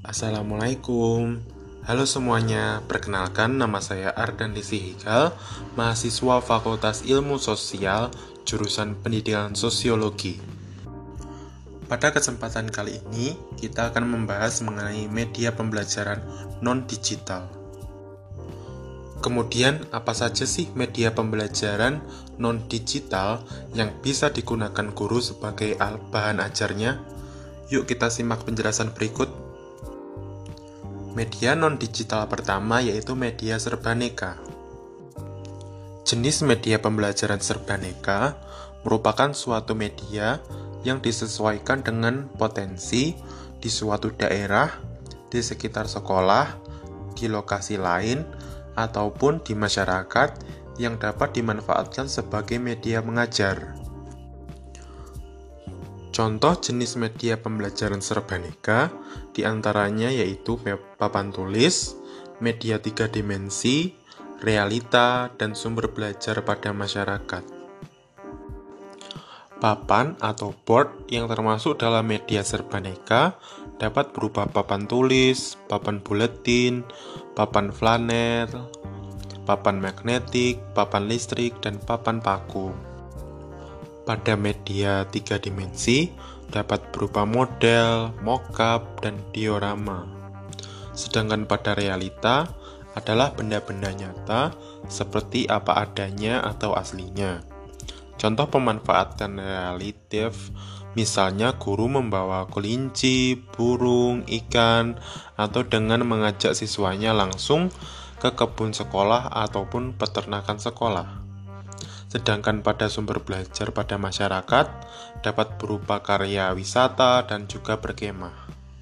Assalamualaikum. Halo semuanya, perkenalkan nama saya Ardan Lisi Hikal, mahasiswa Fakultas Ilmu Sosial, jurusan Pendidikan Sosiologi. Pada kesempatan kali ini, kita akan membahas mengenai media pembelajaran non-digital. Kemudian, apa saja sih media pembelajaran non-digital yang bisa digunakan guru sebagai bahan ajarnya? Yuk kita simak penjelasan berikut. Media non-digital pertama yaitu media serbaneka. Jenis media pembelajaran serbaneka merupakan suatu media yang disesuaikan dengan potensi di suatu daerah, di sekitar sekolah, di lokasi lain, ataupun di masyarakat yang dapat dimanfaatkan sebagai media mengajar. Contoh jenis media pembelajaran serbaneka diantaranya yaitu papan tulis, media 3 dimensi, realita, dan sumber belajar pada masyarakat. Papan atau board yang termasuk dalam media serbaneka dapat berupa papan tulis, papan buletin, papan flanel, papan magnetik, papan listrik, dan papan paku. Pada media 3 dimensi dapat berupa model, mockup, dan diorama. Sedangkan pada realita adalah benda-benda nyata seperti apa adanya atau aslinya. Contoh pemanfaatan relatif, misalnya guru membawa kelinci, burung, ikan, atau dengan mengajak siswanya langsung ke kebun sekolah ataupun peternakan sekolah. Sedangkan pada sumber belajar pada masyarakat dapat berupa karya wisata dan juga berkemah.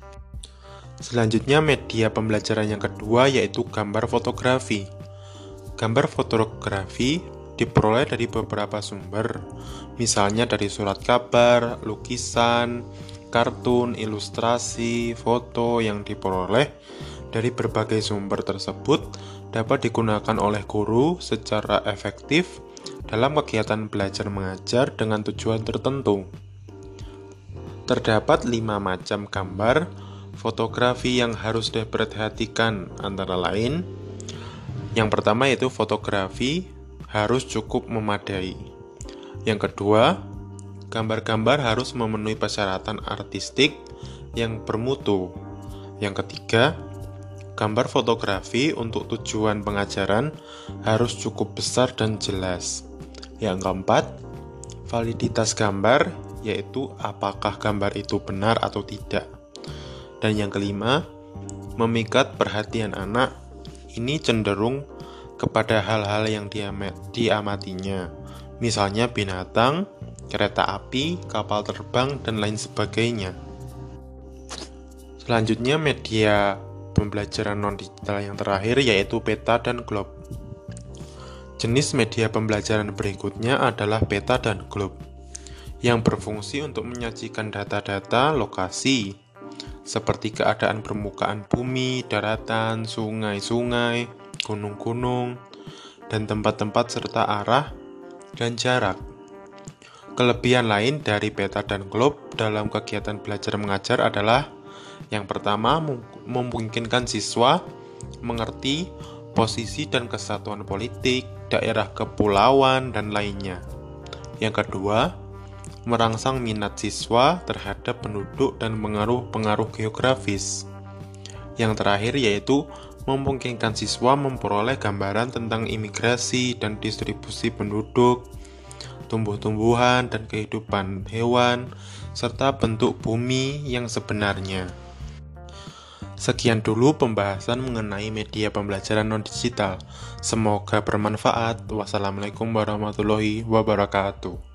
Selanjutnya media pembelajaran yang kedua yaitu gambar fotografi. Gambar fotografi diperoleh dari beberapa sumber, misalnya dari surat kabar, lukisan, kartun, ilustrasi, foto yang diperoleh dari berbagai sumber tersebut dapat digunakan oleh guru secara efektif dalam kegiatan belajar mengajar dengan tujuan tertentu. Terdapat 5 macam gambar fotografi yang harus diperhatikan, antara lain yang pertama yaitu fotografi harus cukup memadai. Yang kedua, gambar-gambar harus memenuhi persyaratan artistik yang bermutu. Yang ketiga, gambar fotografi untuk tujuan pengajaran harus cukup besar dan jelas. Yang keempat, validitas gambar, yaitu apakah gambar itu benar atau tidak. Dan yang kelima, memikat perhatian anak. Ini cenderung kepada hal-hal yang diamatinya, misalnya binatang, kereta api, kapal terbang, dan lain sebagainya. Selanjutnya media pembelajaran non-digital yang terakhir yaitu peta dan globe. Jenis media pembelajaran berikutnya adalah peta dan globe, yang berfungsi untuk menyajikan data-data lokasi, seperti keadaan permukaan bumi, daratan, sungai-sungai, gunung-gunung, dan tempat-tempat serta arah dan jarak. Kelebihan lain dari peta dan globe dalam kegiatan belajar mengajar adalah yang pertama, memungkinkan siswa mengerti posisi dan kesatuan politik, daerah kepulauan, dan lainnya. Yang kedua, merangsang minat siswa terhadap penduduk dan pengaruh geografis. Yang terakhir yaitu memungkinkan siswa memperoleh gambaran tentang imigrasi dan distribusi penduduk, tumbuh-tumbuhan dan kehidupan hewan, serta bentuk bumi yang sebenarnya. Sekian dulu pembahasan mengenai media pembelajaran non-digital. Semoga bermanfaat. Wassalamualaikum warahmatullahi wabarakatuh.